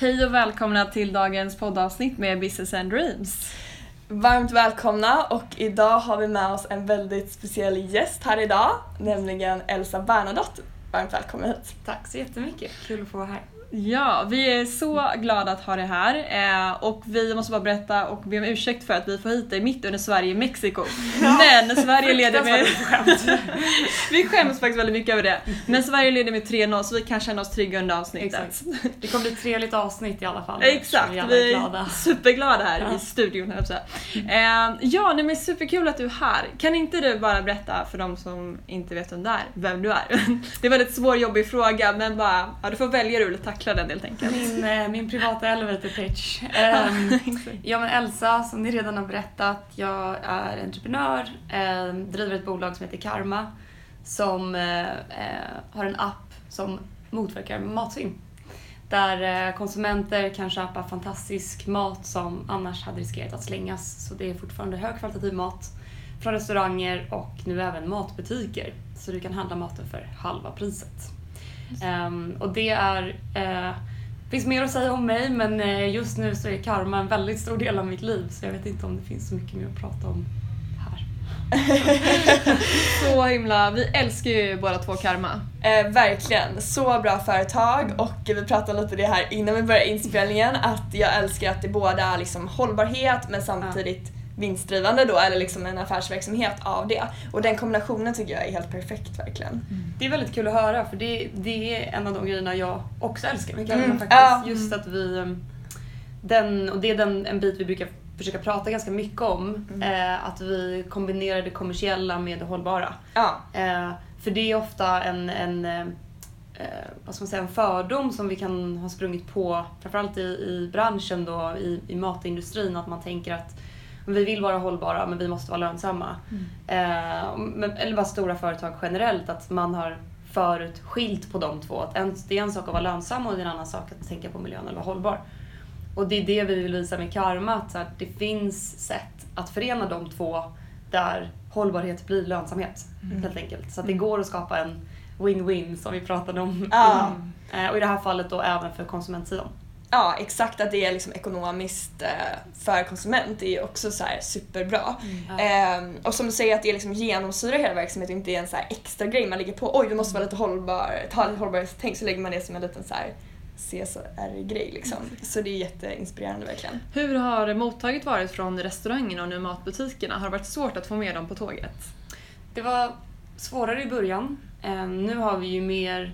Hej och välkomna till dagens poddavsnitt med Business and Dreams. Varmt välkomna, och idag har vi med oss en väldigt speciell gäst här idag, nämligen Elsa Bernadotte. Varmt välkommen hit. Tack så jättemycket, kul att få vara här. Ja, vi är så glada att ha det här och vi måste bara berätta och be om ursäkt för att vi får hit dig mitt under Sverige-Mexiko. Ja, men Sverige leder med... Vi skäms faktiskt väldigt mycket över det. Men Sverige leder med 3-0 så vi kan känna oss trygga under avsnittet. Exakt. Det kommer bli ett trevligt avsnitt i alla fall. Exakt, vi är superglada här i studion. Ja, men superkul att du är här. Kan inte du bara berätta för de som inte vet vem du är? Det är en väldigt svår, jobbig fråga, men bara, du får välja du eller tackla den helt enkelt. Min privata elevator pitch. Jag är Elsa, som ni redan har berättat. Jag är entreprenör, driver ett bolag som heter Karma, som har en app som motverkar matsvinn. Där konsumenter kan köpa fantastisk mat som annars hade riskerat att slängas. Så det är fortfarande högkvalitativ mat från restauranger och nu även matbutiker. Så du kan handla maten för halva priset. Och det är... finns mer att säga om mig, men just nu så är Karma en väldigt stor del av mitt liv. Så jag vet inte om det finns så mycket mer att prata om här. Så himla, vi älskar ju båda två Karma. Verkligen, så bra företag, och vi pratade lite det här innan vi började inspelningen, att jag älskar att det båda är liksom hållbarhet men samtidigt vinstdrivande då, eller liksom en affärsverksamhet av det. Och den kombinationen tycker jag är helt perfekt verkligen. Det är väldigt kul att höra, för det är en av de grejerna jag också älskar med Karma faktiskt. Just att vi, det är en bit vi brukar försöka prata ganska mycket om, att vi kombinerar det kommersiella med det hållbara. För det är ofta vad ska man säga, en fördom som vi kan ha sprungit på, framförallt i branschen då, i matindustrin, att man tänker att vi vill vara hållbara men vi måste vara lönsamma. Eller bara stora företag generellt, att man har förut skilt på de två. Att det är en sak att vara lönsam och det är en annan sak att tänka på miljön eller vara hållbar. Och det är det vi vill visa med Karma, att så här, det finns sätt att förena de två där hållbarhet blir lönsamhet helt enkelt. Så att det går att skapa en win-win som vi pratade om. Och i det här fallet då även för konsumentsidan. Ja, exakt, att det är liksom ekonomiskt för konsument är ju också så här superbra. Och som du säger, att det är liksom genomsyrar hela verksamheten, inte är en så här extra grej man lägger på. Oj, vi måste vara lite hållbarhetstänk, så lägger man det som en liten så här CSR-grej liksom. Så det är jätteinspirerande verkligen. Hur har mottaget varit från restaurangerna och nu matbutikerna? Har det varit svårt att få med dem på tåget? Det var svårare i början. Nu har vi ju mer...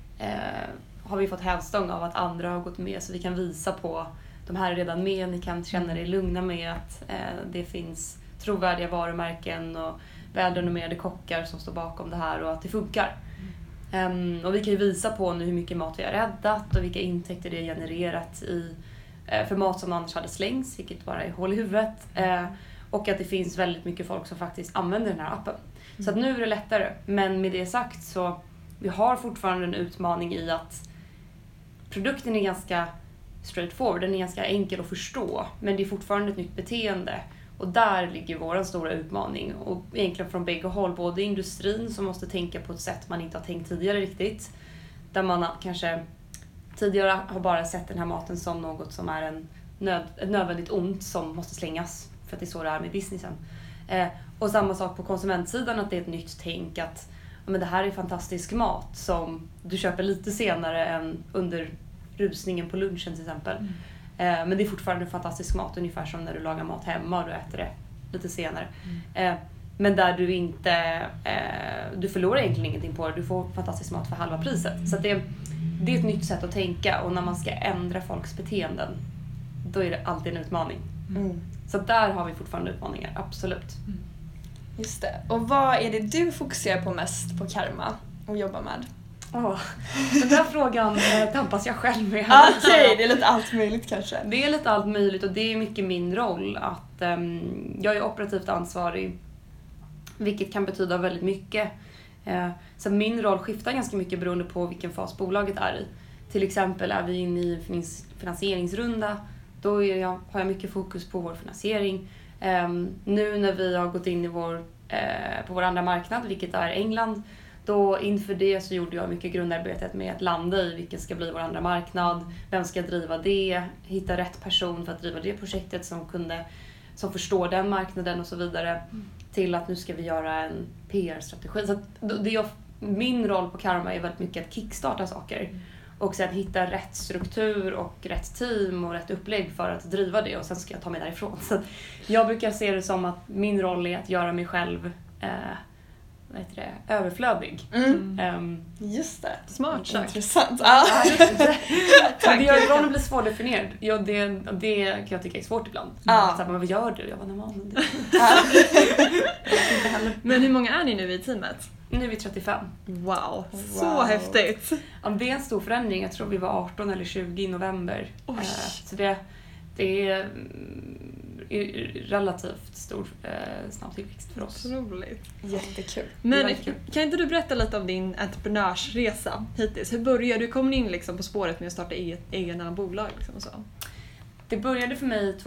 har vi fått hävstång av att andra har gått med, så vi kan visa på de här är redan med, ni kan känna er lugna med att det finns trovärdiga varumärken och välrenommerade kockar som står bakom det här och att det funkar. Och vi kan ju visa på nu hur mycket mat vi har räddat och vilka intäkter det har genererat för mat som annars hade slängts, vilket bara är hål i huvudet. Och att det finns väldigt mycket folk som faktiskt använder den här appen. Så att nu är det lättare, men med det sagt så vi har fortfarande en utmaning i att produkten är ganska straightforward, den är ganska enkel att förstå, men det är fortfarande ett nytt beteende. Och där ligger vår stora utmaning. Och egentligen från bägge håll, både industrin som måste tänka på ett sätt man inte har tänkt tidigare riktigt. Där man kanske tidigare har bara sett den här maten som något som är ett nödvändigt ont som måste slängas. För att det är så det är med businessen. Och samma sak på konsumentsidan, att det är ett nytt tänk att men det här är fantastisk mat som du köper lite senare än under rusningen på lunchen till exempel. Men det är fortfarande fantastisk mat, ungefär som när du lagar mat hemma och du äter det lite senare. Men där du inte du förlorar egentligen ingenting på det, du får fantastisk mat för halva priset. Så att det är ett nytt sätt att tänka, och när man ska ändra folks beteenden då är det alltid en utmaning. Så där har vi fortfarande utmaningar, absolut. Just det. Och vad är det du fokuserar på mest på Karma och jobbar med? Den där frågan tampas jag själv med. Okej, det är lite allt möjligt kanske. Det är lite allt möjligt, och det är mycket min roll. Att jag är operativt ansvarig, vilket kan betyda väldigt mycket. Så min roll skiftar ganska mycket beroende på vilken fas bolaget är i. Till exempel är vi inne i finansieringsrunda. Då har jag mycket fokus på vår finansiering. Nu när vi har gått in i på vår andra marknad, vilket är England, Då inför det så gjorde jag mycket grundarbetet med att landa i vilken ska bli vår andra marknad, vem ska driva det, hitta rätt person för att driva det projektet som förstår den marknaden och så vidare, till att nu ska vi göra en PR-strategi. Så att min roll på Karma är väldigt mycket att kickstarta saker och sen hitta rätt struktur och rätt team och rätt upplägg för att driva det, och sen ska jag ta mig därifrån. Så jag brukar se det som att min roll är att göra mig själv överflövig. Just det. Smart sagt. Intressant. Det gör rollen blir svårdefinierad. Ja, det kan jag tycka är svårt ibland. Så här, men vad gör du? Jag var Men hur många är ni nu i teamet? Nu är vi 35. Wow, så häftigt. Ja, det är en stor förändring. Jag tror vi var 18 eller 20 i november. Så det är relativt stor snabb tillväxt för oss. Otroligt. Jättekul. Men kan inte du berätta lite om din entreprenörsresa hittills? Hur började du? Kom in liksom på spåret med att starta egna bolag? Liksom och så? Det började för mig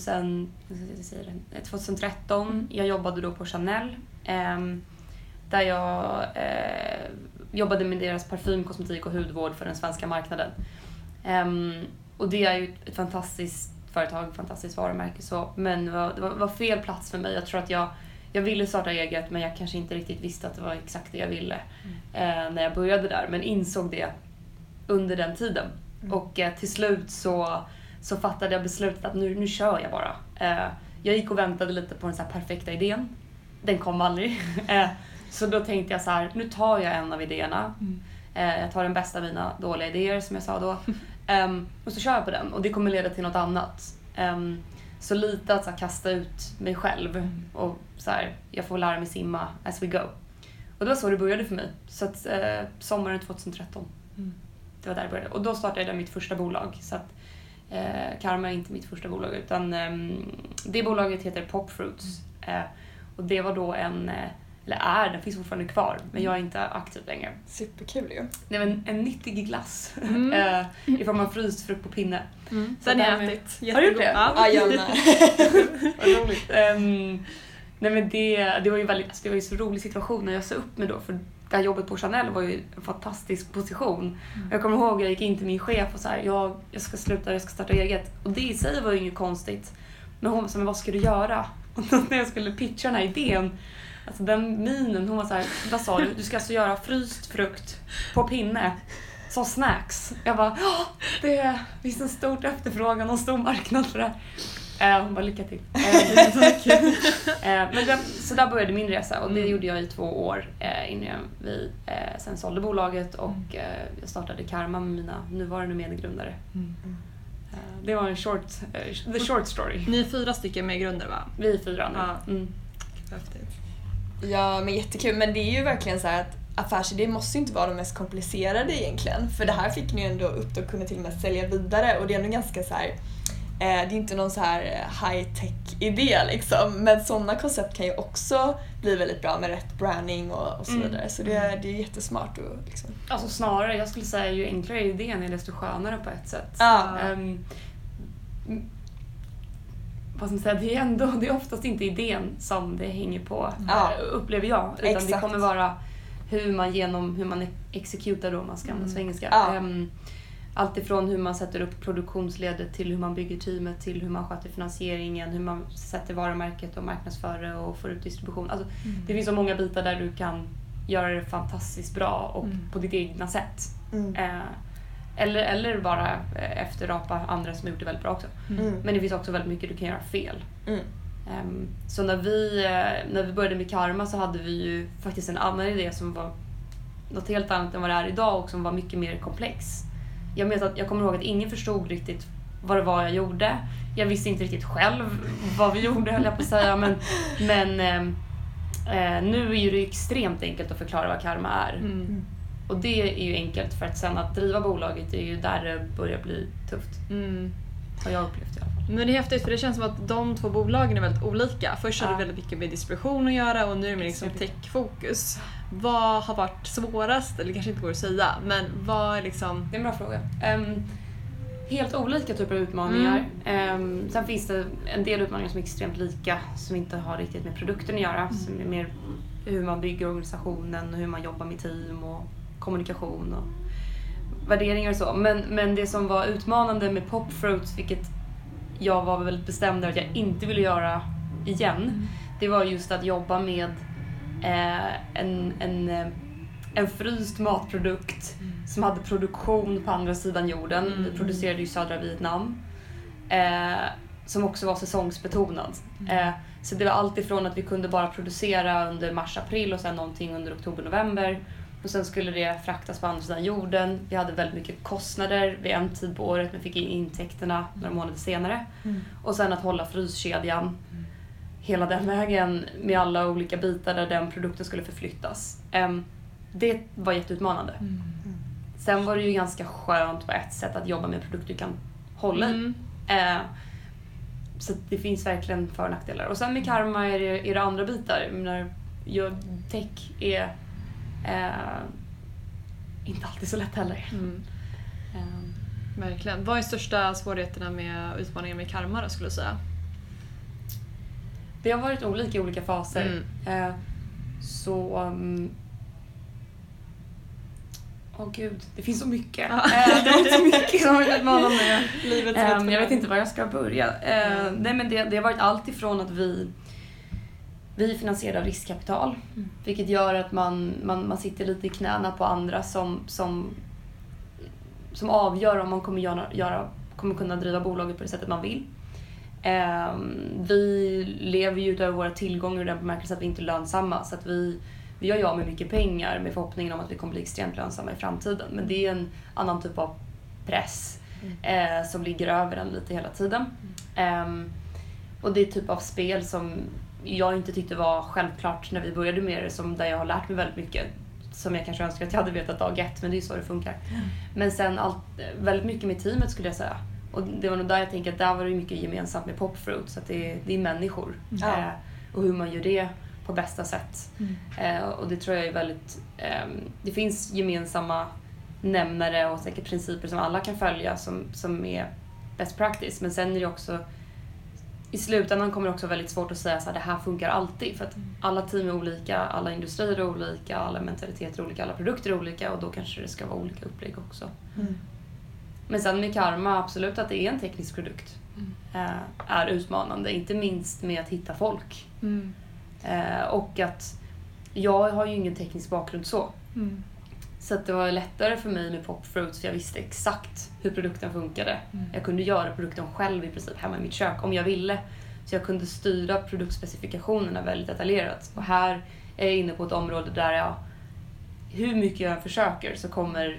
2013. Jag jobbade då på Chanel. Där jag jobbade med deras parfym, kosmetik och hudvård för den svenska marknaden. Och det är ju ett fantastiskt företag, fantastiskt varumärke. Men det var fel plats för mig. Jag tror att jag ville starta eget, men jag kanske inte riktigt visste att det var exakt det jag ville när jag började där. Men insåg det under den tiden. Och till slut så fattade jag beslutet att nu kör jag bara. Jag gick och väntade lite på den så här perfekta idén. Den kom aldrig. Så då tänkte jag så här, nu tar jag en av idéerna. Jag tar den bästa av mina dåliga idéer, som jag sa då. Och så kör jag på den. Och det kommer leda till något annat. Så lite att så här, kasta ut mig själv. Och så här, jag får lära mig simma as we go. Och det var så det började för mig. Så att sommaren 2013. Det var där det började. Och då startade jag mitt första bolag. Så att Karma är inte mitt första bolag. Utan det bolaget heter Popfruits. Och det var då den finns fortfarande kvar, men jag är inte aktiv längre. Superkul ju. Det var en nyttig glass i form av fryst frukt på pinne. Sen har jag ätit. Jättegod. Har du det? Ja, jag med. Vad roligt. Nej, men det var ju det var ju så rolig situation när jag sa upp mig då, för det här jobbet på Chanel var ju en fantastisk position. Jag kommer ihåg, jag gick in till min chef och så här, jag ska sluta, jag ska starta eget. Och det i sig var ju inget konstigt. Men hon sa, men vad ska du göra? Och då när jag skulle pitcha den här idén, alltså den minen, hon var så här, vad sa du? Du ska alltså göra fryst frukt på pinne som snacks. Jag bara, det finns en stor efterfrågan och en stor marknad för det här. Hon bara, lycka till. Så där började min resa, och det gjorde jag i 2 år innan vi sen sålde bolaget och jag startade Karma med mina nuvarande medgrundare. Det var en the short story. Ni är 4 stycken med grunder, va? Vi är 4 nu. Häftigt. Ja, men jättekul. Men det är ju verkligen så här att affärsidé måste ju inte vara de mest komplicerade egentligen. För det här fick ni ju ändå upp och kunna till och med sälja vidare. Och det är ändå ganska så här, det är inte någon så här high-tech-idé liksom. Men sådana koncept kan ju också bli väldigt bra med rätt branding och så vidare. Så det är jättesmart. Och, liksom. Alltså snarare, jag skulle säga ju enklare idén är desto skönare på ett sätt. Vad ska man säga, det är oftast inte idén som det hänger på, upplever jag. Utan exakt. Det kommer vara hur man exekutar då, om man ska använda svengelska. Allt ifrån hur man sätter upp produktionsledet till hur man bygger teamet, till hur man sköter finansieringen, hur man sätter varumärket och marknadsför det och får ut distribution. Alltså, det finns så många bitar där du kan göra det fantastiskt bra och på ditt egna sätt. Eller bara efterapa andra som har gjort det väldigt bra också. Men det finns också väldigt mycket du kan göra fel. Så när vi började med Karma så hade vi ju faktiskt en annan idé som var något helt annat än vad det är idag och som var mycket mer komplex. Jag kommer ihåg att ingen förstod riktigt vad det var jag gjorde. Jag visste inte riktigt själv vad vi gjorde, höll jag på att säga. Men nu är ju det extremt enkelt att förklara vad Karma är. Och det är ju enkelt, för att sen att driva bolaget är ju där det börjar bli tufft. Har jag upplevt i alla fall. Men det är häftigt, för det känns som att de 2 bolagen är väldigt olika. Först hade det väldigt mycket med distribution att göra och nu är det liksom tech-fokus. Vad har varit svårast, eller kanske inte går att säga, men vad är liksom... Det är en bra fråga. Helt olika typer av utmaningar. Sen finns det en del utmaningar som är extremt lika, som inte har riktigt med produkten att göra, som är mer hur man bygger organisationen och hur man jobbar med team och kommunikation och värderingar och så. Men det som var utmanande med Popfruits, vilket jag var väldigt bestämd att jag inte ville göra igen, det var just att jobba med en fryst matprodukt som hade produktion på andra sidan jorden. Vi producerade i södra Vietnam. Som också var säsongsbetonad. Så det var allt ifrån att vi kunde bara producera under mars-april och sen någonting under oktober-november. Och sen skulle det fraktas på andra sidan jorden. Vi hade väldigt mycket kostnader vid en tid på året, men fick in intäkterna några månader senare. Och sen att hålla fryskedjan hela den vägen med alla olika bitar där den produkten skulle förflyttas. Det var jätteutmanande. Sen var det ju ganska skönt på ett sätt att jobba med produkter du kan hålla i. Så det finns verkligen för- och nackdelar. Och sen med Karma är det andra bitar. När tech är inte alltid så lätt heller. Verkligen. Vad är största svårigheterna med utmaningen med Karma då, skulle du säga? Det har varit olika i olika faser. Gud, det finns så mycket. Det var så mycket som är utmanande. Jag vet inte var jag ska börja. Nej, men det har varit allt ifrån att vi finansierar riskkapital. Vilket gör att man sitter lite i knäna på andra som avgör om man kommer kunna driva bolaget på det sättet man vill. Vi lever ju utöver våra tillgångar i den bemärkelsen att vi inte är lönsamma. Så att vi gör ju av med mycket pengar med förhoppningen om att vi kommer bli extremt lönsamma i framtiden. Men det är en annan typ av press som ligger över den lite hela tiden. Och det är typ av spel som jag inte tyckte var självklart när vi började med det, som där jag har lärt mig väldigt mycket. Som jag kanske önskar att jag hade vetat dag ett, men det är så det funkar. Men sen väldigt mycket med teamet skulle jag säga. Och det var nog där jag tänker att där var det mycket gemensamt med Popfruit. Så att det är människor. Och hur man gör det på bästa sätt. Och det tror jag är väldigt... det finns gemensamma nämnare och säkert principer som alla kan följa som är best practice. Men sen är det också... I slutändan kommer det också väldigt svårt att säga att det här funkar alltid. För att alla team är olika, alla industrier är olika, alla mentaliteter är olika, alla produkter är olika. Och då kanske det ska vara olika upplägg också. Men sen med Karma, absolut att det är en teknisk produkt. Är utmanande, inte minst med att hitta folk. Och att jag har ju ingen teknisk bakgrund så. Så att det var lättare för mig med Popfruits, för jag visste exakt hur produkten funkade. Jag kunde göra produkten själv i princip hemma i mitt kök om jag ville. Så jag kunde styra produktspecifikationerna väldigt detaljerat. Och här är jag inne på ett område där hur mycket jag försöker så kommer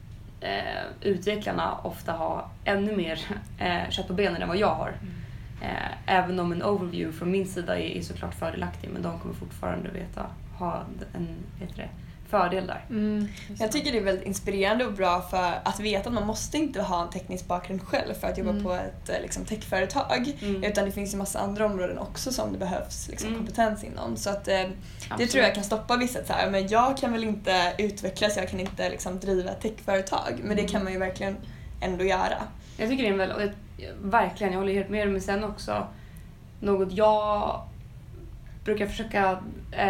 utvecklarna ofta ha ännu mer kött på benen än vad jag har. Även om en overview från min sida är såklart fördelaktig, men de kommer fortfarande ha en fördel där. Jag tycker det är väldigt inspirerande och bra för att veta att man måste inte ha en teknisk bakgrund själv för att jobba på ett techföretag. Utan det finns ju massa andra områden också som det behövs kompetens inom. Så att det tror jag kan stoppa vissa så här, men jag kan väl inte utvecklas, jag kan inte driva ett techföretag. Men det kan man ju verkligen ändå göra. Jag tycker det är verkligen, jag håller helt med. Men sen också något jag brukar försöka...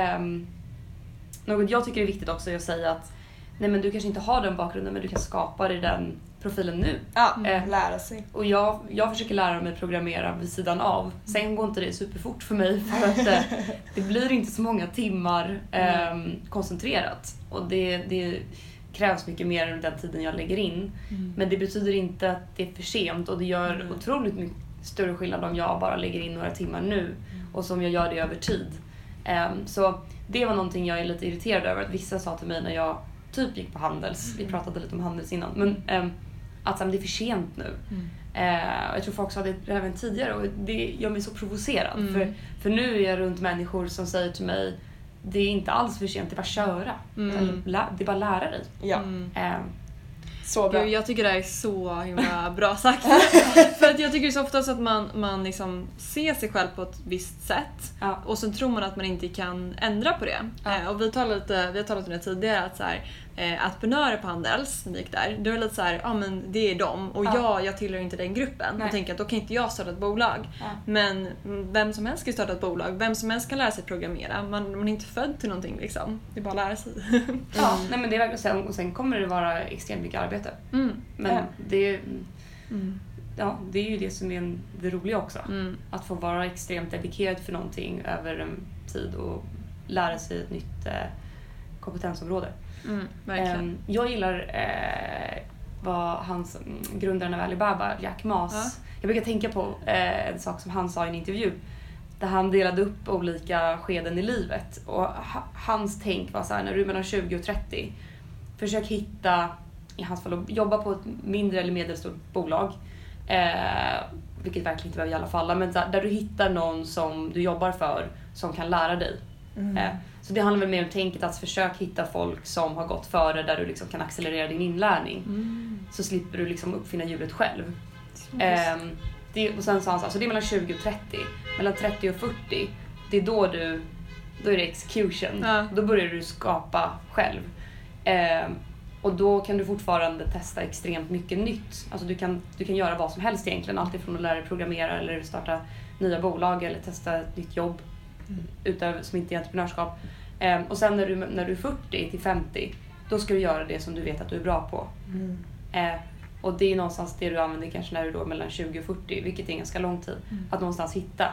något jag tycker är viktigt också är att säga att nej, men du kanske inte har den bakgrunden, men du kan skapa dig den profilen nu. Lära sig. Och jag försöker lära mig programmera vid sidan av. Sen går inte det superfort för mig för att det blir inte så många timmar koncentrerat. Och det krävs mycket mer än den tiden jag lägger in. Men det betyder inte att det är för sent, och det gör otroligt mycket större skillnad om jag bara lägger in några timmar nu och som jag gör det över tid. Så det var någonting jag är lite irriterad över, att vissa sa till mig när jag typ gick på Handels, vi pratade lite om Handels innan, men att det är för sent nu. Jag tror folk sa det även tidigare, och det gör mig så provocerad. För nu är jag runt människor som säger till mig, det är inte alls för sent, det är bara köra. Det är bara lära dig. Så bra. Jag tycker det är så himla bra sagt. För att jag tycker så ofta att man liksom ser sig själv på ett visst sätt. Och så tror man att man inte kan ändra på det. Och vi har talat om det tidigare, att så här, entreprenörer på Handels när vi gick där. Det var lite så här, ja men det är dem och jag tillhör inte den gruppen. Nej. Och tänker att då kan inte jag starta ett bolag. Ja. Men vem som helst kan starta ett bolag. Vem som helst kan lära sig programmera. Man är inte född till någonting liksom. Det är bara att lära sig. Ja, nej men det är verkligen och sen kommer det vara extremt mycket arbete. Men det är ju det som är det roliga också. Att få vara extremt dedikerad för någonting över en tid och lära sig ett nytt kompetensområde. Verkligen. Jag gillar vad hans grundaren av Alibaba, Jack Ma. Jag brukar tänka på en sak som han sa i en intervju. Där han delade upp olika skeden i livet. Och hans tänk var så här, när du är mellan 20 och 30. Försök hitta, i hans fall, jobba på ett mindre eller medelstort bolag. Vilket verkligen inte behöver i alla fall. Men där du hittar någon som du jobbar för som kan lära dig. Så det handlar väl mer om tänket att försöka hitta folk som har gått före där du liksom kan accelerera din inlärning. Så slipper du liksom uppfinna hjulet själv. Och sen sa han så alltså det är mellan 20 och 30. Mellan 30 och 40, det är då är det execution. Då börjar du skapa själv. Och då kan du fortfarande testa extremt mycket nytt. Alltså du kan göra vad som helst egentligen. Allt ifrån att lära dig programmera eller starta nya bolag eller testa ett nytt jobb utöver som inte är entreprenörskap. Och sen när du är 40 till 50, då ska du göra det som du vet att du är bra på. Och det är någonstans det du använder kanske när du är mellan 20 och 40, vilket är en ganska lång tid. Att någonstans hitta.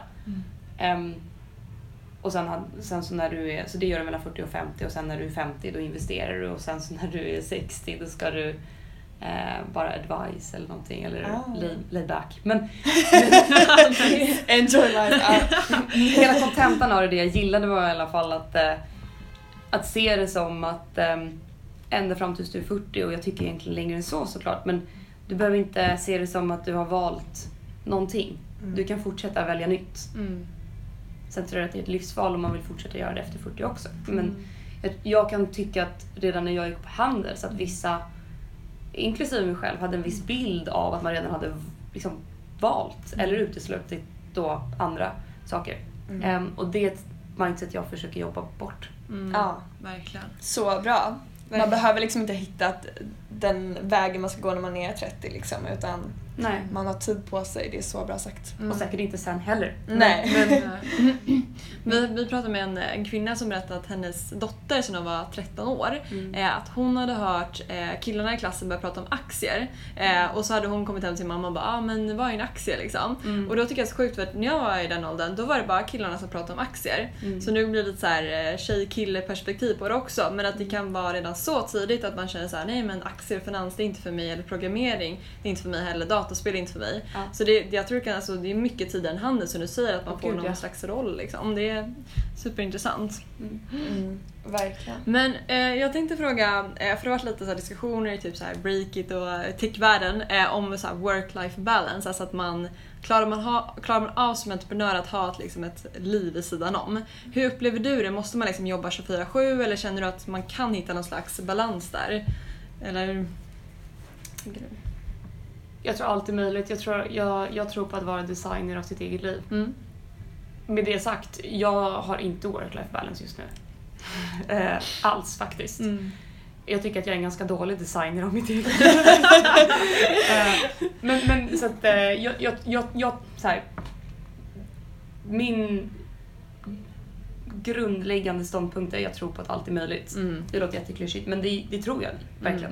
Och sen så när du är, så det gör du mellan 40 och 50, och sen när du är 50 då investerar du, och sen så när du är 60 då ska du bara advice eller någonting eller lay back. Men enjoy life. Hela kontentan av det jag gillade var i alla fall att se det som att ända fram tills du är 40, och jag tycker egentligen längre än så såklart, men du behöver inte se det som att du har valt någonting. Du kan fortsätta välja nytt. Sen tror jag att det är ett livsval om man vill fortsätta göra det efter 40 också. Men jag kan tycka att redan när jag gick på Handels att vissa, inklusive mig själv, hade en viss bild av att man redan hade liksom valt eller uteslutit då andra saker. Och det är ett mindset jag försöker jobba bort. Ja, verkligen. Så bra. Man behöver liksom inte hitta den vägen man ska gå när man är 30 liksom, utan man har tid på sig. Det är så bra sagt. Och säkert inte sen heller. Nej. Vi pratade med en kvinna som berättade att hennes dotter som var 13 år, att hon hade hört killarna i klassen börja prata om aktier. Och så hade hon kommit hem till sin mamma och bara, men vad är en aktie liksom? Och då tycker jag det är så sjukt, för att när jag var i den åldern, då var det bara killarna som pratade om aktier. Så nu blir det lite så här tjej-kille-perspektiv på det också. Men att det kan vara redan så tidigt att man känner så här: nej men aktier och finans, det är inte för mig, eller programmering, det är inte för mig heller, dataspel är inte för mig. Så jag tror att det är mycket tidigare än handel, som du säger, att man får någon slags roll liksom. Det är superintressant. Verkligen. Men jag tänkte fråga, för det har varit lite så här diskussioner i typ så här Breakit och techvärlden om så här work-life balance, alltså att klarar man av som entreprenör att ha ett liv vid sidan om. Hur upplever du det? Måste man liksom jobba 24/7, eller känner du att man kan hitta någon slags balans där? Eller? Jag tror allt är möjligt. Jag tror på att vara designer av sitt eget liv. Med det sagt, jag har inte work-life balance just nu. Alls faktiskt. Jag tycker att jag är en ganska dålig designer av mitt eget liv. Men så att jag så här, min grundläggande ståndpunkt är att jag tror på att allt är möjligt. Det låter jätteklyschigt, men det tror jag verkligen.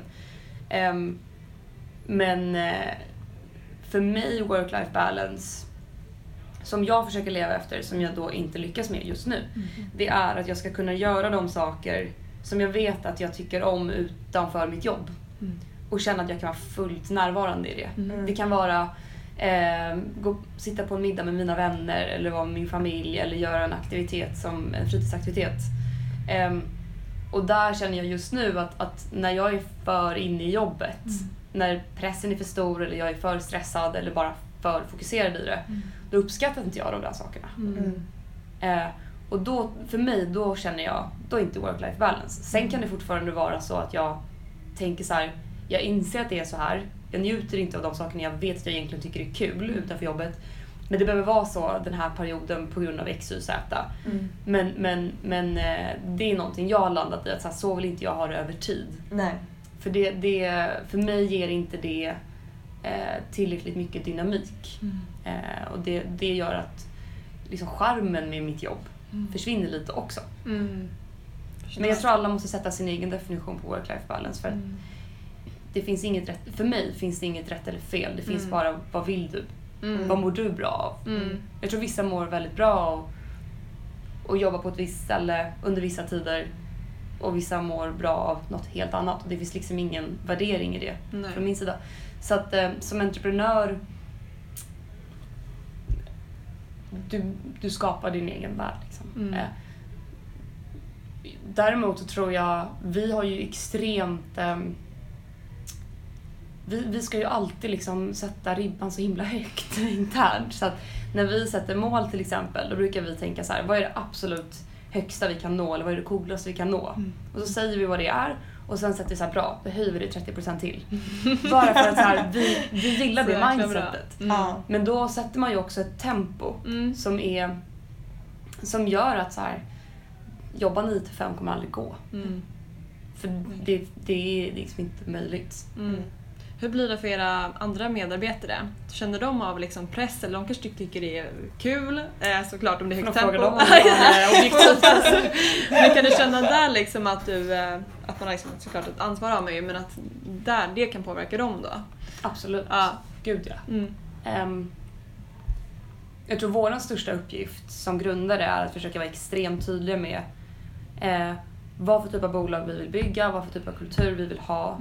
Men för mig, work-life balance som jag försöker leva efter, som jag då inte lyckas med just nu, det är att jag ska kunna göra de saker som jag vet att jag tycker om utanför mitt jobb. Och känna att jag kan vara fullt närvarande i det. Det kan vara sitta på en middag med mina vänner, eller vara med min familj, eller göra en aktivitet som en fritidsaktivitet. Och där känner jag just nu att när jag är för inne i jobbet, när pressen är för stor, eller jag är för stressad eller bara för fokuserad i det, då uppskattar inte jag de där sakerna. Och då, för mig, då känner jag, då är inte work-life balance. Sen kan det fortfarande vara så att jag tänker så här: jag inser att det är så här, jag njuter inte av de sakerna jag vet att jag egentligen tycker är kul utanför jobbet, Men det behöver vara så den här perioden på grund av X, Y, Z. Men det är någonting jag har landat i, att så vill inte jag ha det över tid. Nej. För för mig ger inte det tillräckligt mycket dynamik. Och det gör att liksom charmen med mitt jobb försvinner lite också. Men jag tror alla måste sätta sin egen definition på work-life balance. För att det finns inget rätt, för mig finns det inget rätt eller fel. Det finns bara, vad vill du? Vad mår du bra av? Jag tror vissa mår väldigt bra av att jobba på ett visst ställe under vissa tider. Och vissa mår bra av något helt annat. Och det finns liksom ingen värdering i det från min sida. Så att som entreprenör, du skapar din egen värld. Liksom. Däremot så tror jag, vi har ju extremt... Vi ska ju alltid liksom sätta ribban så himla högt internt. Så att när vi sätter mål till exempel, då brukar vi tänka så här: vad är det absolut högsta vi kan nå? Eller vad är det coolaste vi kan nå? Och så säger vi vad det är. Och sen sätter vi så här: bra, då höjer vi det 30% till. Bara för att så här, vi gillar det mindsetet. Men då sätter man ju också ett tempo som gör att så här, jobba 9-5 kommer aldrig gå. För det är liksom inte möjligt. Hur blir det för era andra medarbetare? Känner de av liksom press, eller de kanske tycker det är kul? Såklart om det är högt tempo. Men kan du känna där liksom att man har liksom såklart ett ansvar av mig, men att det kan påverka dem då? Absolut. Gud ja. Jag tror vår största uppgift som grundare är att försöka vara extremt tydliga med vad för typ av bolag vi vill bygga, vad för typ av kultur vi vill ha.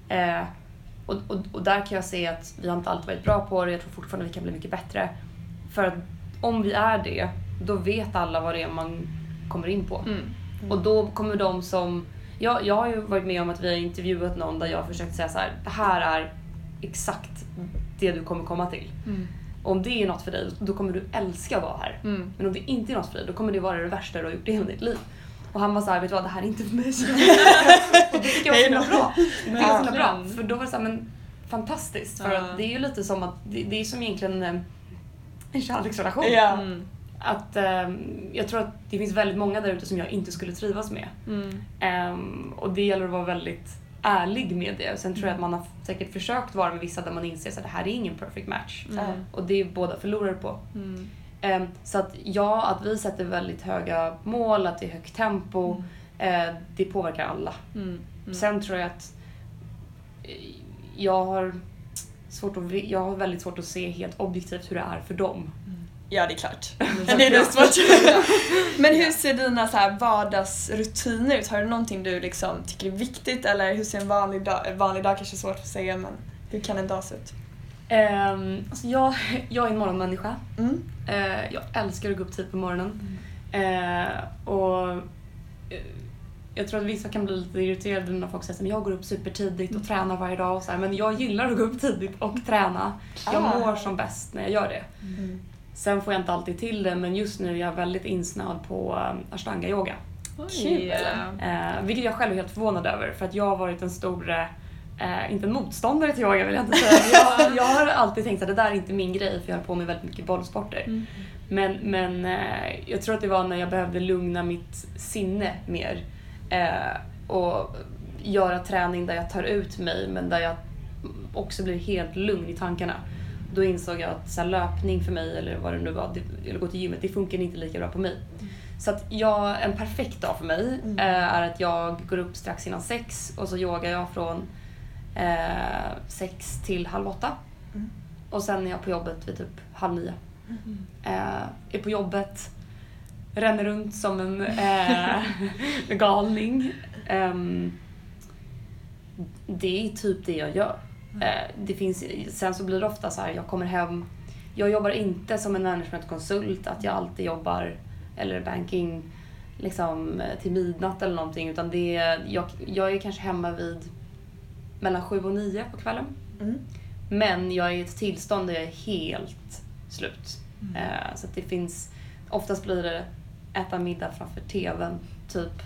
Och där kan jag se att vi har inte alltid varit bra på det. Jag tror fortfarande vi kan bli mycket bättre. För att om vi är det, då vet alla vad det är man kommer in på. Och då kommer de som... Jag har ju varit med om att vi har intervjuat någon där jag har försökt säga så här: det här är exakt det du kommer komma till. Och om det är något för dig, då kommer du älska att vara här. Men om det inte är något för dig, då kommer det vara det värsta du har gjort i hela ditt liv. Och han var så här: vet du vad, det här är inte för mig. Och det tycker jag var så himla bra. Det var så himla bra. För då var det så här, men fantastiskt. För att det är ju lite som att, det är som egentligen en kärleksrelation. Att jag tror att det finns väldigt många där ute som jag inte skulle trivas med. Och det gäller att vara väldigt ärlig med det. Sen tror jag att man har säkert försökt vara med vissa där man inser att det här är ingen perfect match. Och det är båda förlorar på. Så att att vi sätter väldigt höga mål, att det är högt tempo, det påverkar alla. Sen tror jag att jag har väldigt svårt att se helt objektivt hur det är för dem. Ja, det är klart. Det är svårt. Men hur ser dina så här vardagsrutiner ut? Har du någonting du liksom tycker är viktigt? Eller hur ser en vanlig dag kanske är svårt att säga, men hur kan en dag se ut? Alltså jag är en morgonmänniska. Jag älskar att gå upp tid på morgonen. Och jag tror att vissa kan bli lite irriterade när folk säger att jag går upp supertidigt och tränar varje dag och så här, men jag gillar att gå upp tidigt och träna. Jag mår som bäst när jag gör det. Sen får jag inte alltid till det, men just nu är jag väldigt insnöad på ashtanga yoga. Kul. Vilket jag själv är helt förvånad över, för att jag har varit en stor inte en motståndare till yoga, vill jag inte säga. Jag har alltid tänkt att det där är inte min grej, för jag har på med väldigt mycket bollsporter. Men jag tror att det var när jag behövde lugna mitt sinne mer och göra träning där jag tar ut mig, men där jag också blir helt lugn i tankarna. Då insåg jag att så här, löpning för mig, eller vad det nu var, eller gå till gymmet, det funkar inte lika bra på mig. Så att en perfekt dag för mig är att jag går upp strax innan 6 och så yogar jag från 6 till 7:30. Och sen är jag på jobbet vid typ 8:30. Är på jobbet, ränner runt som en galning. Det är typ det jag gör. Sen så blir det ofta så här, jag kommer hem, jag jobbar inte som en managementkonsult, att jag alltid jobbar eller banking liksom till midnatt eller någonting, utan jag är kanske hemma vid mellan 7 och 9 på kvällen. Men jag är i ett tillstånd där jag är helt slut. Så att det finns, oftast blir det äta middag framför tvn typ,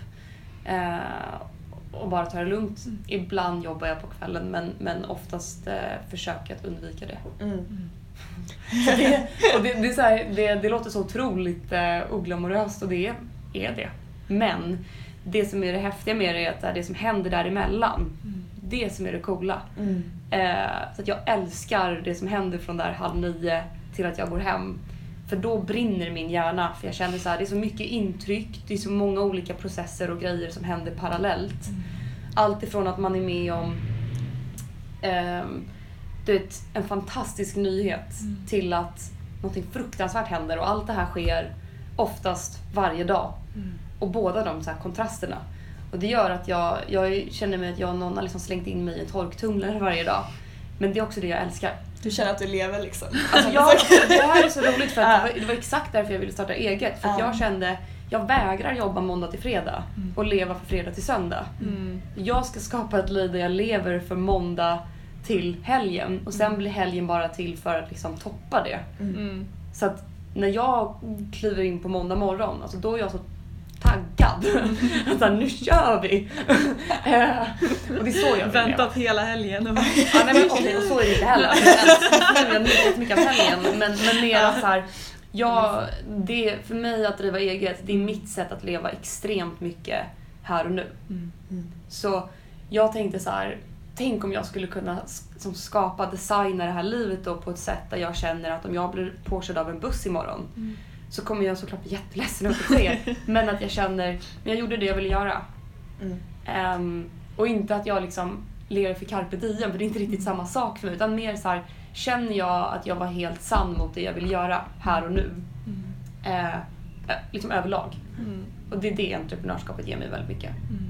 och bara ta det lugnt. Ibland jobbar jag på kvällen, men oftast försöker jag att undvika det. Så det är så här, det låter så otroligt oglamoröst, och det är det. Men det som är det häftiga med det är att det som händer däremellan, det som är det coola. Så att jag älskar det som händer från där 8:30 till att jag går hem. För då brinner min hjärna. För jag känner så här, det är så mycket intryck. Det är så många olika processer och grejer som händer parallellt. Allt ifrån att man är med om en fantastisk nyhet till att någonting fruktansvärt händer. Och allt det här sker oftast varje dag. Och båda de så här kontrasterna. Och det gör att jag känner mig att någon har liksom slängt in mig i en torktumlare varje dag. Men det är också det jag älskar. Du känner att du lever liksom. Alltså, det här är så roligt för att det var exakt därför jag ville starta eget. För att jag kände, jag vägrar jobba måndag till fredag och leva för fredag till söndag. Jag ska skapa ett liv där jag lever för måndag till helgen. Och sen blir helgen bara till för att liksom toppa det. Så att när jag kliver in på måndag morgon, alltså då är jag så taggad. Alltså, nu kör vi! Och det är så jag väntat hela helgen. Ja, nej, men okej, och så är det inte heller. Jag har njutit mycket av helgen. Men mer så här, det, för mig att driva eget, det är mitt sätt att leva extremt mycket här och nu. Så jag tänkte så här, tänk om jag skulle kunna skapa, designa det här livet då på ett sätt där jag känner att om jag blir påkörd av en buss imorgon så kommer jag såklart bli jätteledsen att det sker. Men att jag känner, men jag gjorde det jag ville göra. Och inte att jag liksom lever för carpe diem, för det är inte riktigt samma sak för mig. Utan mer så här, känner jag att jag var helt sann mot det jag vill göra här och nu. Liksom överlag. Och det är det entreprenörskapet ger mig väldigt mycket.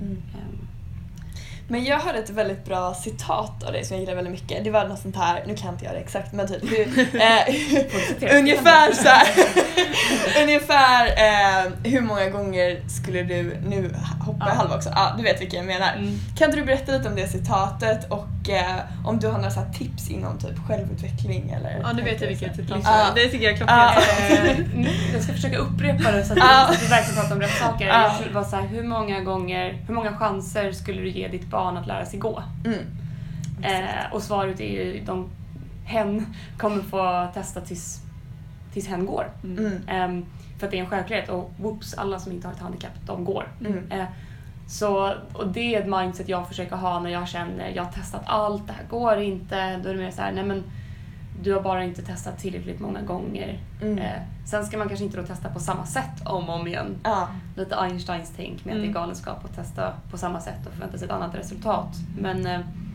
Men jag hörde ett väldigt bra citat av dig som jag gillar väldigt mycket. Det var något sånt här, nu kan jag inte göra det exakt, men typ ungefär så här, ungefär hur många gånger skulle du, nu hoppar jag halva också, du vet vilka jag menar. Kan du berätta lite om det citatet och om du har några så här tips inom typ självutveckling eller? Ja, nu vet jag vilket tips. Det tycker jag är klockan. Jag ska försöka upprepa det så att vi verkligen pratar om rätt saker. Jag skulle vara så här, hur många chanser skulle du ge ditt barn att lära sig gå? Och svaret är ju hen kommer få testa tills hen går. För att det är en självklarhet, och whoops, alla som inte har ett handikapp, de går. Så, och det är ett mindset jag försöker ha när jag känner jag har testat allt, det här går inte. Då är det mer så här, nej men du har bara inte testat tillräckligt många gånger. Sen ska man kanske inte då testa på samma sätt om och om igen. Lite Einsteins tänk med att det är galenskap att testa på samma sätt och förvänta sig ett annat resultat. Men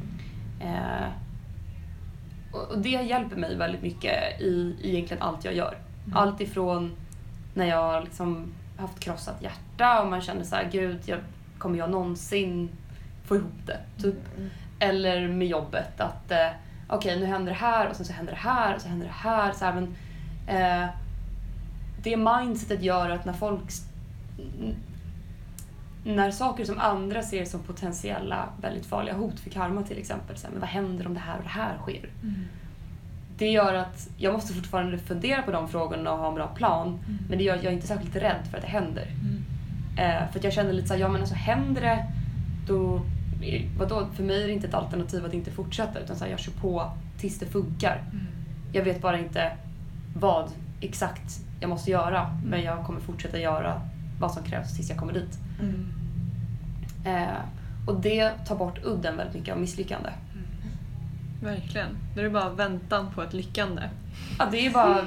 och det hjälper mig väldigt mycket i egentligen allt jag gör. Allt ifrån när jag liksom haft krossat hjärta och man känner så här, gud, kommer jag någonsin få ihop det? Typ. Eller med jobbet att okej, nu händer det här och sen så händer det här och så händer det här. Så här, men det mindsetet gör att när saker som andra ser som potentiella väldigt farliga hot för karma till exempel, så här, men vad händer om det här och det här sker? Det gör att jag måste fortfarande fundera på de frågorna och ha en bra plan, men det gör att jag är inte särskilt rädd för att det händer. För att jag känner lite så här, ja men alltså händer det, då vadå? För mig är det inte ett alternativ att inte fortsätta, utan så här, jag kör på tills det funkar. Jag vet bara inte vad exakt jag måste göra, men jag kommer fortsätta göra vad som krävs tills jag kommer dit. Och det tar bort udden väldigt mycket av misslyckande. Verkligen. Det är bara väntan på ett lyckande. Ja, det är bara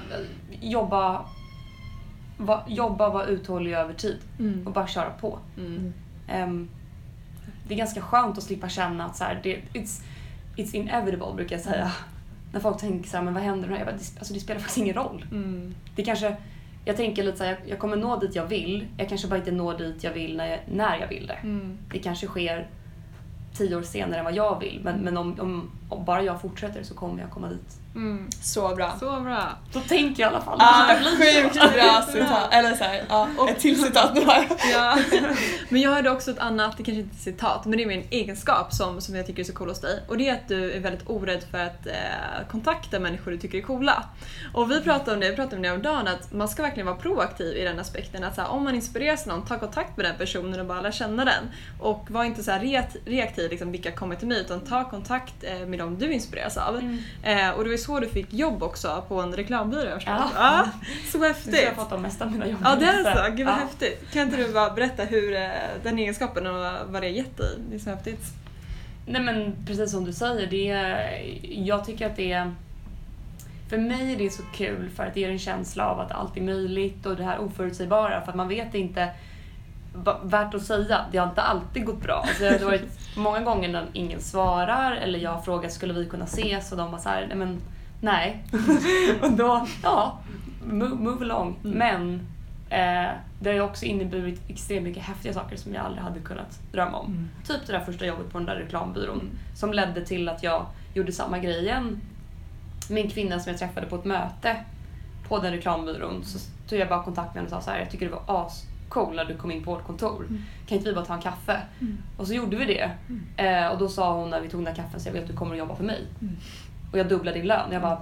jobba, vara uthållig över tid och bara köra på. Det är ganska skönt att slippa känna att så här, it's inevitable, brukar jag säga. När folk tänker så här, men vad händer nu? Alltså, det spelar faktiskt ingen roll. Det kanske, jag tänker lite så här, jag kommer nå dit jag vill. Jag kanske bara inte når dit jag vill när jag vill det. Det kanske sker 10 år senare än vad jag vill. Men om bara jag fortsätter så kommer jag komma dit. Så bra. Så bra. Då tänker jag i alla fall. Sjukt bra citat. Eller så här, ett till citat nu här. Ja. Men jag hörde också ett annat, det kanske inte är citat, men det är min egenskap som jag tycker är så cool hos dig. Och det är att du är väldigt orädd för att kontakta människor du tycker är coola. Och vi pratade om det om dagen, att man ska verkligen vara proaktiv i den aspekten. Att så här, om man inspireras någon, ta kontakt med den personen och bara lära känna den. Och var inte så här reaktiv, liksom, vilka kommer till mig, utan ta kontakt med dem du inspireras av. Och det var så du fick jobb också på en reklambyrå. Ja. Så häftigt. Jag har fått de mesta av mina jobb. Ja, det är så. Gud vad häftigt. Kan inte du bara berätta hur den egenskapen och vad det har gett dig? Det är så häftigt. Nej, men precis som du säger, jag tycker att det är... För mig är det så kul för att det ger en känsla av att allt är möjligt och det här oförutsägbara, för att man vet inte, värt att säga, det har inte alltid gått bra. Alltså, det har varit många gånger när ingen svarar eller jag har frågat skulle vi kunna ses och de var så här, nej. Och då, move along. Men det har ju också inneburit extremt mycket häftiga saker som jag aldrig hade kunnat drömma om. Typ det där första jobbet på den där reklambyrån som ledde till att jag gjorde samma grej igen med en kvinna som jag träffade på ett möte på den reklambyrån. Så tog jag bara kontakt med henne och sa så här: jag tycker det var ascool när du kom in på vårt kontor. Kan inte vi bara ta en kaffe? Och så gjorde vi det. Och då sa hon när vi tog den här kaffen, så jag vet att du kommer att jobba för mig. Och jag dubblade din lön. Jag bara,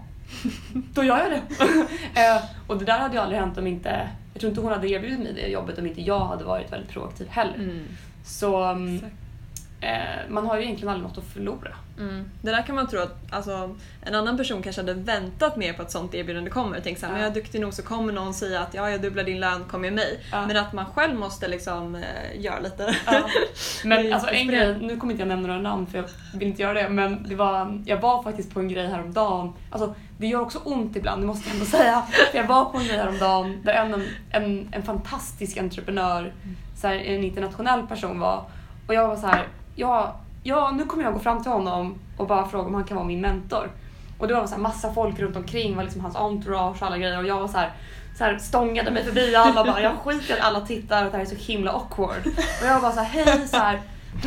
då gör jag det. Och det där hade ju aldrig hänt om inte... Jag tror inte hon hade erbjudit mig det jobbet om inte jag hade varit väldigt proaktiv heller. Så man har ju egentligen aldrig något att förlora. Det där kan man tro att en annan person kanske hade väntat mer på att sånt erbjudande kommer och tänkt så här, men jag är duktig nog så kommer någon säga att jag dubblar din lön, kom med mig. Men att man själv måste liksom göra lite. Men alltså en grej, nu kommer inte jag nämna några namn för jag vill inte göra det, men jag var faktiskt på en grej häromdagen. Alltså det gör också ont ibland, det måste jag ändå säga. För jag var på en grej häromdagen där en fantastisk entreprenör, så här, en internationell person var, och jag var så här, nu kommer jag gå fram till honom och bara fråga om han kan vara min mentor. Och det var så här massa folk runt omkring, var liksom hans entourage och alla grejer. Och jag var så här stångade mig förbi alla och bara, jag skiter att alla tittar och det här är så himla awkward. Och jag var bara så här, hej så här,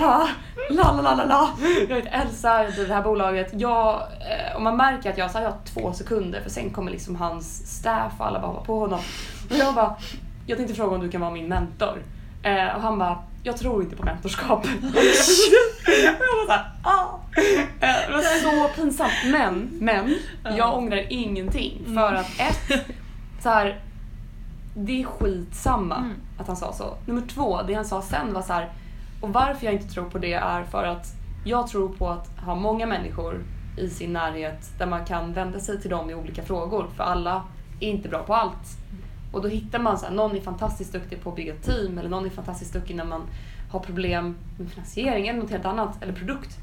la. Jag heter Elsa, jag driver det här bolaget. Och man märker att jag har 2 sekunder, för sen kommer liksom hans staff och alla bara var på honom. Och jag tänkte fråga om du kan vara min mentor. Och han bara, jag tror inte på mentorskap. Jag var såhär, det var så pinsamt. Men jag ångrar ingenting. För att så här, det är skitsamma att han sa så. Nummer 2, det han sa sen var så här, och varför jag inte tror på det är för att jag tror på att ha många människor i sin närhet där man kan vända sig till dem i olika frågor. För alla är inte bra på allt. Och då hittar man så här, någon är fantastiskt duktig på att bygga team, eller någon är fantastiskt duktig när man har problem med finansiering eller något helt annat, eller produkt.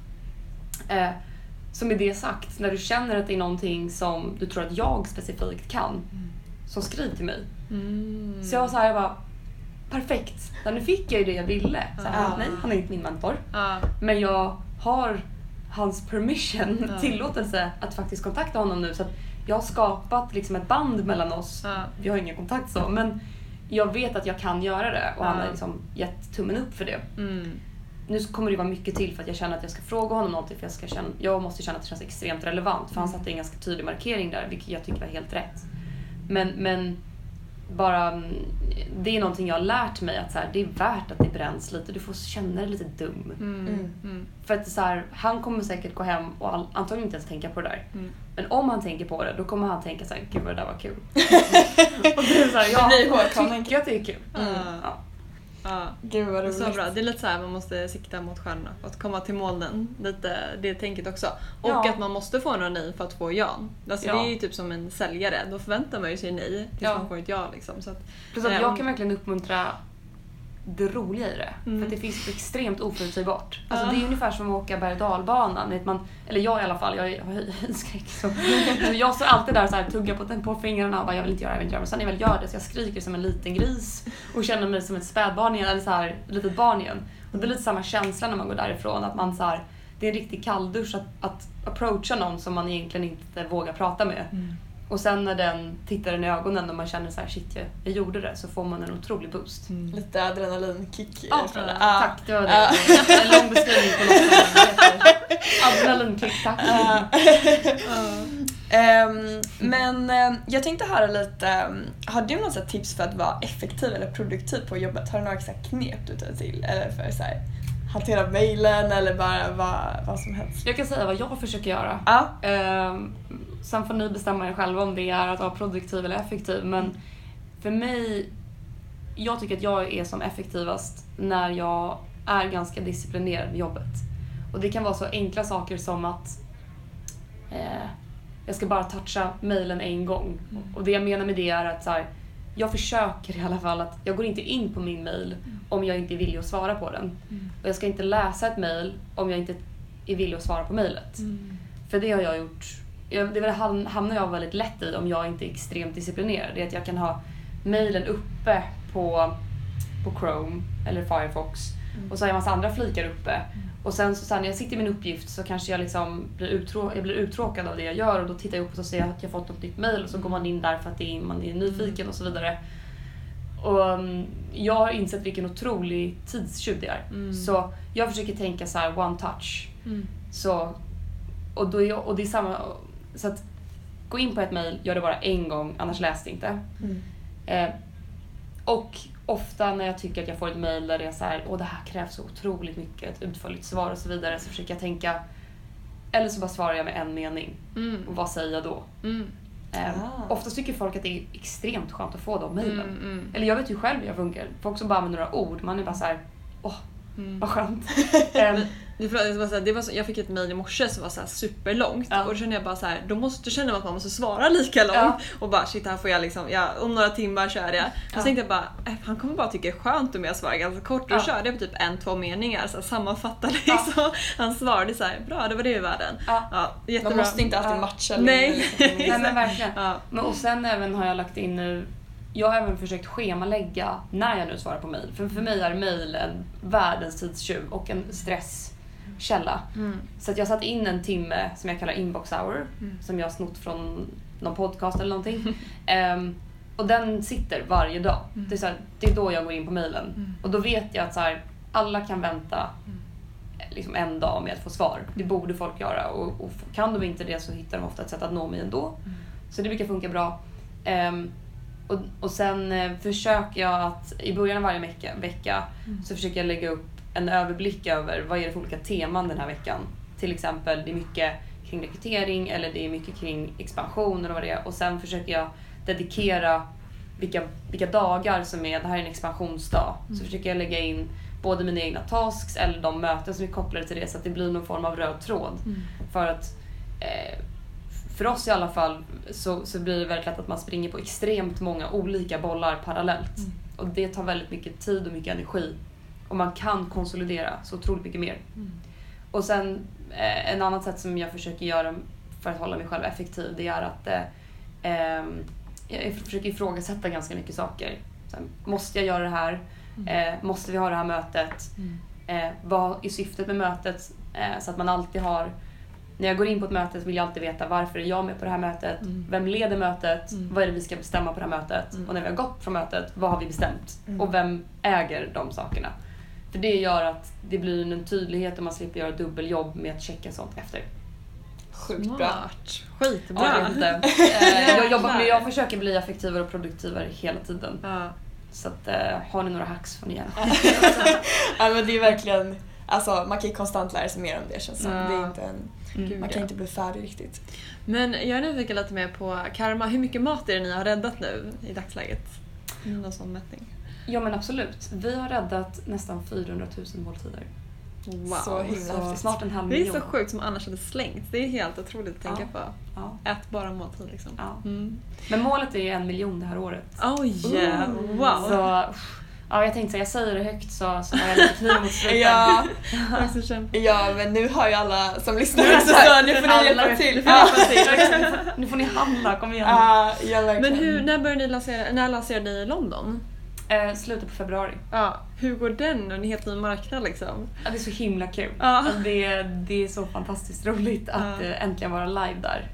Så med det sagt, när du känner att det är någonting som du tror att jag specifikt kan, så skriv till mig. Så jag var så här, jag bara, perfekt. Nu fick jag ju det jag ville. Så här, nej, han är inte min mentor. Men jag har hans permission, tillåtelse att faktiskt kontakta honom nu. Så att jag har skapat liksom ett band mellan oss. Vi har ingen kontakt så, men jag vet att jag kan göra det. Och han har liksom gett tummen upp för det. Nu kommer det vara mycket till för att jag känner att jag ska fråga honom någonting. För jag måste känna att det känns extremt relevant. För han satte en ganska tydlig markering där, vilket jag tycker var helt rätt. Men bara, det är någonting jag har lärt mig, att så här, det är värt att det bränns lite. Du får känna dig lite dum. För att så här, han kommer säkert gå hem och antagligen inte ens tänka på det där. Men om han tänker på det, då kommer han tänka så här, gud vad det där var kul. Och det är så här, jag tycker att det är kul. Gud vad roligt. Så bra. Det är lite så här, man måste sikta mot stjärnorna för att komma till målen. Lite det tänket också. Och att man måste få några nej för att få ja. Alltså det är ju typ som en säljare. Då förväntar man ju sig nej tills man får ett ja liksom. Så att, plus att jag kan verkligen uppmuntra det roliga i det. För att det finns extremt oförutsägbart. Alltså det är ungefär som att åka berg- och dalbanan. Eller jag i alla fall, jag har höjdskräck. Så jag står alltid där så här, tuggar på fingrarna och bara, jag vill inte göra. Men sen när jag väl gör det så jag skriker som en liten gris. Och känner mig som ett spädbarn igen, eller så här, litet barn igen. Och det är lite samma känsla när man går därifrån. Att man så här, det är en riktig kalldusch att approacha någon som man egentligen inte vågar prata med. Och sen när den tittar den i ögonen och man känner så här, shit, jag gjorde det, så får man en otrolig boost. Lite adrenalinkick. Tack, det var det. En lång beskrivning på något som heter adrenalinkick, tack. Men jag tänkte höra lite, har du något tips för att vara effektiv eller produktiv på jobbet? Har du några knep du tar till? Eller för så här, hantera mejlen eller bara vad som helst? Jag kan säga vad jag försöker göra. Sen får ni bestämma er själva om det är att vara produktiv eller effektiv. Men för mig, jag tycker att jag är som effektivast när jag är ganska disciplinerad i jobbet. Och det kan vara så enkla saker som att jag ska bara toucha mejlen en gång. Och det jag menar med det är att så här, jag försöker i alla fall att jag går inte in på min mejl om jag inte är villig att svara på den. Och jag ska inte läsa ett mejl om jag inte är villig att svara på mejlet. För det har jag gjort. Det hamnar jag väldigt lätt i om jag inte är extremt disciplinerad. Det är att jag kan ha mejlen uppe på Chrome eller Firefox. Och så har jag en massa andra flikar uppe. Och sen så när jag sitter i min uppgift så kanske jag liksom blir uttråkad av det jag gör. Och då tittar jag upp och så ser jag att jag fått något nytt mejl. Och så går man in där för att man är nyfiken och så vidare. Och jag har insett vilken otrolig tidstjuv det är. Så jag försöker tänka så här one touch. Så, och det är samma. Så att gå in på ett mejl, gör det bara en gång, annars läs det inte. Och ofta när jag tycker att jag får ett mejl där det är så här, det här krävs så otroligt mycket, ett utförligt svar och så vidare, så försöker jag tänka, eller så bara svarar jag med en mening. Och vad säger jag då? Oftast tycker folk att det är extremt skönt att få de mejlen. Eller jag vet ju själv hur jag funkar. Folk som bara använder några ord, man är bara så här, vad skönt. Jag fick ett mejl i morse som var så här superlångt. Och då kände jag bara så här, då känner man att man måste svara lika långt. Och bara shit, här får jag liksom, om några timmar kör jag. Så tänkte jag bara, han kommer bara tycka det är skönt om jag svarar ganska kort. Då körde jag på typ 1-2 meningar så sammanfattar liksom. Han svarade så här, bra, det var det i världen. Jättebra. Man måste inte alltid matcha. Nej. Nej men verkligen. Men, och sen även har jag lagt in nu, jag har även försökt schemalägga när jag nu svarar på mejl. För mig är mejl en världens tidstjuv och en stresskälla. Så att jag satt in en timme som jag kallar inbox hour. Som jag har snott från någon podcast eller någonting. Och den sitter varje dag. Det är, så här, det är då jag går in på mejlen. Och då vet jag att så här, alla kan vänta liksom en dag med att få svar. Det borde folk göra. Och kan de inte det så hittar de ofta ett sätt att nå mig ändå. Så det brukar funka bra. Och sen försöker jag att i början av varje vecka så försöker jag lägga upp en överblick över vad är det för olika teman den här veckan. Till exempel det är mycket kring rekrytering eller det är mycket kring expansion eller vad det är. Och sen försöker jag dedikera vilka dagar som är, det här är en expansionsdag. Så försöker jag lägga in både mina egna tasks eller de möten som är kopplade till det så att det blir någon form av röd tråd. För att för oss i alla fall så blir det väldigt lätt att man springer på extremt många olika bollar parallellt. Och det tar väldigt mycket tid och mycket energi. Och man kan konsolidera så otroligt mycket mer. Och sen en annan sätt som jag försöker göra för att hålla mig själv effektiv, det är att jag försöker ifrågasätta ganska mycket saker. Så här, måste jag göra det här? Måste vi ha det här mötet? Vad är syftet med mötet? Så att man alltid har, när jag går in på ett möte så vill jag alltid veta varför är jag med på det här mötet? Vem leder mötet? Vad är det vi ska bestämma på det här mötet? Och när vi har gått från mötet, vad har vi bestämt? Och vem äger de sakerna? För det gör att det blir en tydlighet och man slipper göra dubbeljobb med att checka sånt efter. Sjukt bra. Skitbra. Jag försöker bli effektivare och produktivare hela tiden. Så att, har ni några hacks får ni gärna. Men det är verkligen, alltså, man kan ju konstant lära sig mer om det, känns som. Det är inte man kan inte bli färdig riktigt. Men jag är nyfiken lite mer på Karma. Hur mycket mat är det ni har räddat nu i dagsläget? Någon sån mätning? Ja men absolut. Vi har räddat nästan 400 000 måltider. Wow. Så himla häftigt. Snart 500 000. Det är så sjukt som annars hade slängt. Det är helt otroligt att tänka på. Ät bara måltid liksom. Men målet är 1 miljon det här året. Wow. Så, jag tänkte jag säger det högt så har jag lite kniv mot slutet. Ja, men nu har ju alla som lyssnar också så nu får ni hjälpa till. Nu får ni handla, kom igen. Men när lanserade ni i London? Slutet på februari. Hur går den? En helt ny marknad liksom? Det är så himla kul. Det är så fantastiskt roligt att äntligen vara live där.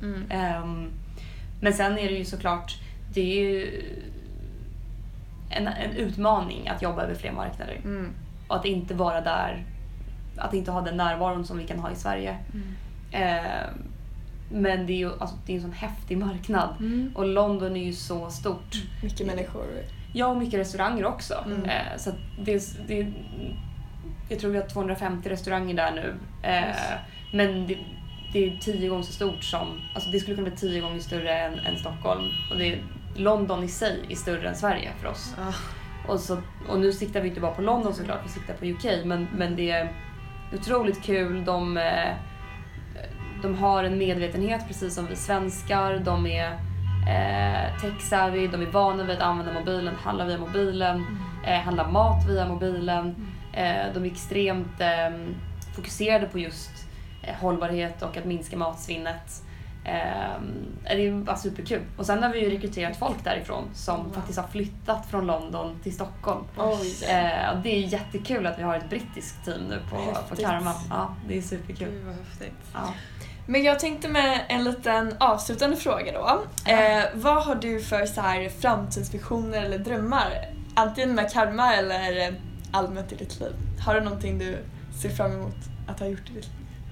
Men sen är det ju såklart, det är ju en utmaning att jobba över fler marknader. Och att inte vara där, att inte ha den närvaron som vi kan ha i Sverige. Men det är ju det är en sån häftig marknad. Och London är ju så stort. Mycket människor. Ja, och mycket restauranger också. Så jag tror vi har 250 restauranger där nu. Men det är 10 gånger så stort som, alltså det skulle kunna bli 10 gånger större än Stockholm. Och London i sig är större än Sverige för oss. Och nu siktar vi inte bara på London såklart, vi siktar på UK. Men det är otroligt kul. de har en medvetenhet precis som vi svenskar. De är tech-savvy, de är vana vid att använda mobilen, handla via mobilen, handla mat via mobilen. De är extremt fokuserade på just hållbarhet och att minska matsvinnet. Det är bara superkul. Och sen har vi ju rekryterat folk därifrån som faktiskt har flyttat från London till Stockholm. Det är jättekul att vi har ett brittiskt team nu på Karma. Ja, det är superkul. Gud vad häftigt. Ja. Men jag tänkte med en liten avslutande fråga då. Vad har du för så här framtidsvisioner eller drömmar? Antingen med Karma eller allmänt i ditt liv. Har du någonting du ser fram emot att ha gjort i ditt liv?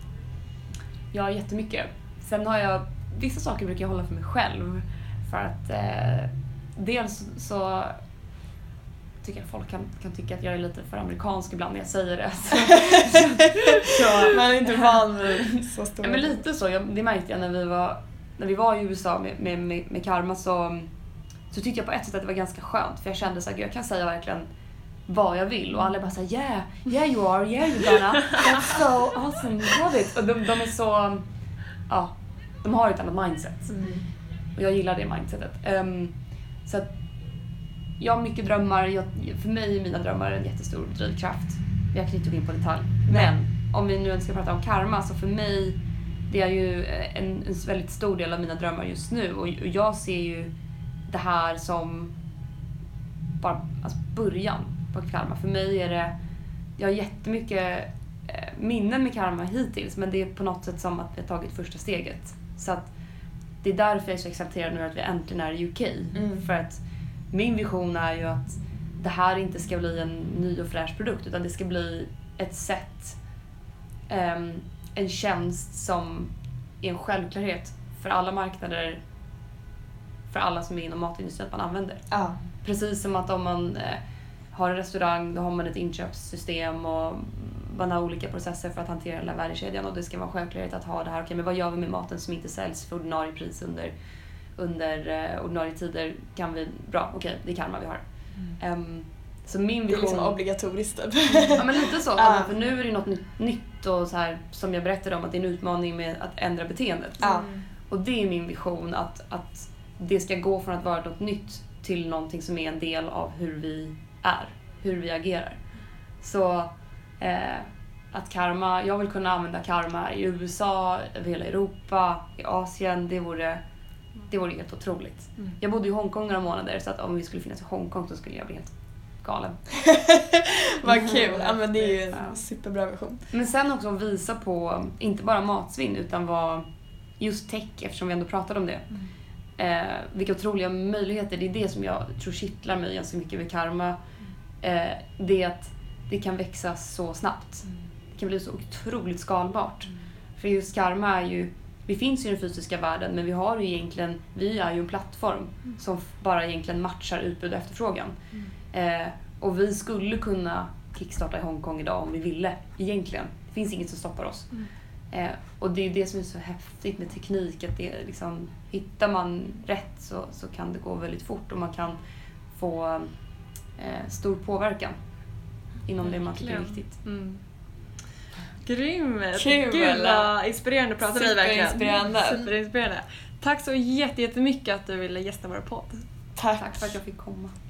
Ja, jättemycket. Sen har jag, vissa saker brukar jag hålla för mig själv. För att dels så tycker jag folk kan tycka att jag är lite för amerikansk ibland när jag säger det. Så man är inte van vid så stora. Ja, men lite så. Det märkte jag när vi var i USA med Karma så tyckte jag på ett sätt att det var ganska skönt. För jag kände så här, jag kan säga verkligen vad jag vill. Och alla bara såhär, yeah you are, yeah you gonna. That's so awesome, love it. Och de är så, ja, de har ett annat mindset. Och jag gillar det mindsetet. Så att jag har mycket drömmar. För mig är mina drömmar en jättestor drivkraft. Jag kan inte gå in på detalj. Men om vi nu ska prata om Karma, så för mig, det är ju en väldigt stor del av mina drömmar just nu. Och jag ser ju det här som bara början på Karma. För mig är det, jag har jättemycket minnen med Karma hittills, men det är på något sätt som att vi har tagit första steget. Så att det är därför jag är så exalterad nu att vi äntligen är i UK. För att min vision är ju att det här inte ska bli en ny och fräsch produkt, utan det ska bli ett sätt, en tjänst som är en självklarhet för alla marknader, för alla som är inom matindustrin, att man använder. Precis som att om man har en restaurang, då har man ett inköpssystem och man har olika processer för att hantera hela värdekedjan, och det ska vara självklart att ha det här. Okej, men vad gör vi med maten som inte säljs för ordinarie pris under ordinarie tider? Kan vi, bra, okej, det är Karma vi har. Så min vision, det är liksom obligatoriskt. Ja, men lite så. För nu är det något nytt och så här, som jag berättade om, att det är en utmaning med att ändra beteendet. Och det är min vision, att det ska gå från att vara något nytt till någonting som är en del av hur vi är, hur vi agerar. Så att Karma, jag vill kunna använda Karma i USA, över hela Europa, i Asien, det vore helt otroligt. Jag bodde i Hongkong några månader, så att om vi skulle finnas i Hongkong så skulle jag bli helt galen. Vad kul, ja, men det är ju en superbra vision. Men sen också visa på, inte bara matsvinn, utan vad just tech, eftersom vi ändå pratade om det. Vilka otroliga möjligheter, det är det som jag tror kittlar mig ganska mycket med Karma. Det är att det kan växa så snabbt. Det kan bli så otroligt skalbart. För just Karma är ju, vi finns i den fysiska världen, men vi är ju en plattform som bara egentligen matchar utbud och efterfrågan. Och vi skulle kunna kickstarta i Hongkong idag om vi ville, egentligen. Det finns inget som stoppar oss. Och det är det som är så häftigt med teknik, att det liksom, hittar man rätt så kan det gå väldigt fort, och man kan få stor påverkan inom det man tycker är viktigt. Grymt! Kul! Gud vad inspirerande att prata med dig verkligen. Superinspirerande. Tack så jättemycket att du ville gästa vår podd. Tack Tack för att jag fick komma.